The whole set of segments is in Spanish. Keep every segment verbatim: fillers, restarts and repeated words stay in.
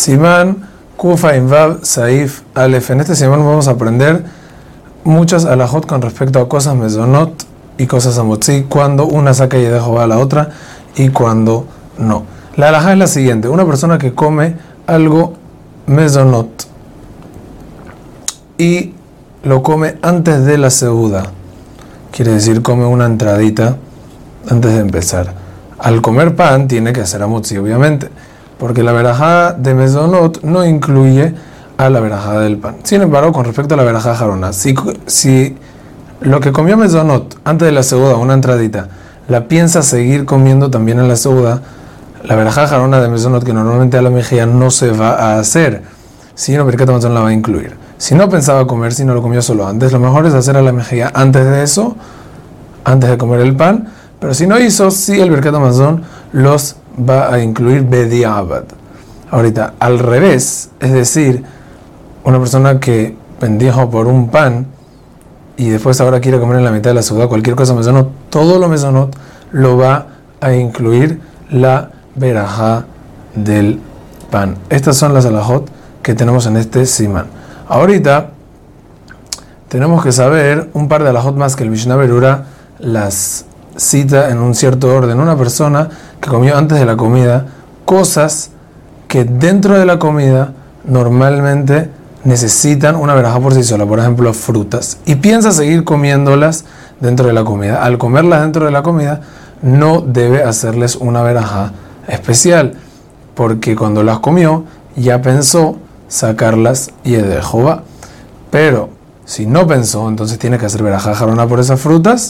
Simán Kufa Invav Saif Alef. En este simán vamos a aprender muchas alajot con respecto a cosas mezonot y cosas amotzi, cuando una saca y de Jehová a la otra y cuando no. La alajá es la siguiente: una persona que come algo mezonot y lo come antes de la seuda, quiere decir come una entradita antes de empezar. Al comer pan tiene que hacer amotzi, obviamente, porque la verajá de mezonot no incluye a la verajá del pan. Sin embargo, con respecto a la verajá jarona, si, si lo que comió mezonot antes de la seuda, una entradita, la piensa seguir comiendo también en la seuda, la verajá jarona de mezonot, que normalmente a la mejía no se va a hacer, sino Birkat Hamazon la va a incluir. Si no pensaba comer, si no lo comió solo antes, lo mejor es hacer a la mejía antes de eso, antes de comer el pan. Pero si no hizo, sí, el Birkat Hamazon los va a incluir bediabad. Ahorita, al revés, es decir, una persona que bendijo por un pan y después ahora quiere comer en la mitad de la seuda cualquier cosa mezonot, todo lo mezonot lo va a incluir la verajá del pan. Estas son las alajot que tenemos en este simán. Ahorita tenemos que saber un par de alajot más que el Mishnah Berura las cita en un cierto orden. Una persona que comió antes de la comida cosas que dentro de la comida normalmente necesitan una verajá por sí sola, por ejemplo frutas, y piensa seguir comiéndolas dentro de la comida. Al comerlas dentro de la comida no debe hacerles una verajá especial, porque cuando las comió ya pensó sacarlas y de Jehová. Pero si no pensó, entonces tiene que hacer verajá jarona por esas frutas,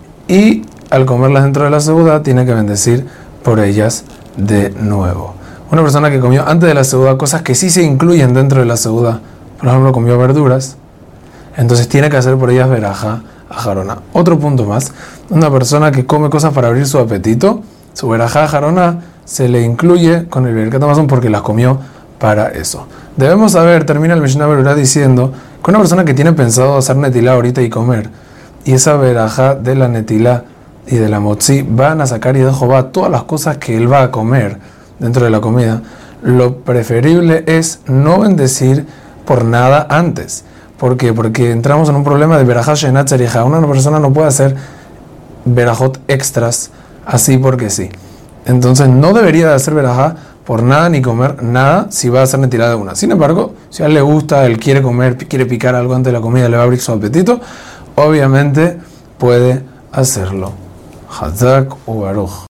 y al comerlas dentro de la seuda tiene que bendecir por ellas de nuevo. Una persona que comió antes de la seuda cosas que sí se incluyen dentro de la seuda, por ejemplo comió verduras, entonces tiene que hacer por ellas verajá jarona. Otro punto más: una persona que come cosas para abrir su apetito, su verajá jarona se le incluye con el Birkat Hamazon porque las comió para eso. Debemos saber, termina el Mishnah Berura diciendo que una persona que tiene pensado hacer netilá ahorita y comer, y esa verajá de la netilá y de la motzi van a sacar y de Jehová todas las cosas que él va a comer dentro de la comida, lo preferible es no bendecir por nada antes. ¿Por qué? Porque entramos en un problema de verajá shenat tzarija. Una persona no puede hacer verajot extras así porque sí. Entonces no debería de hacer verajá por nada ni comer nada si va a hacer netilá de una. Sin embargo, si a él le gusta, él quiere comer, quiere picar algo antes de la comida, le va a abrir su apetito, obviamente puede hacerlo. Hazak u Baruch.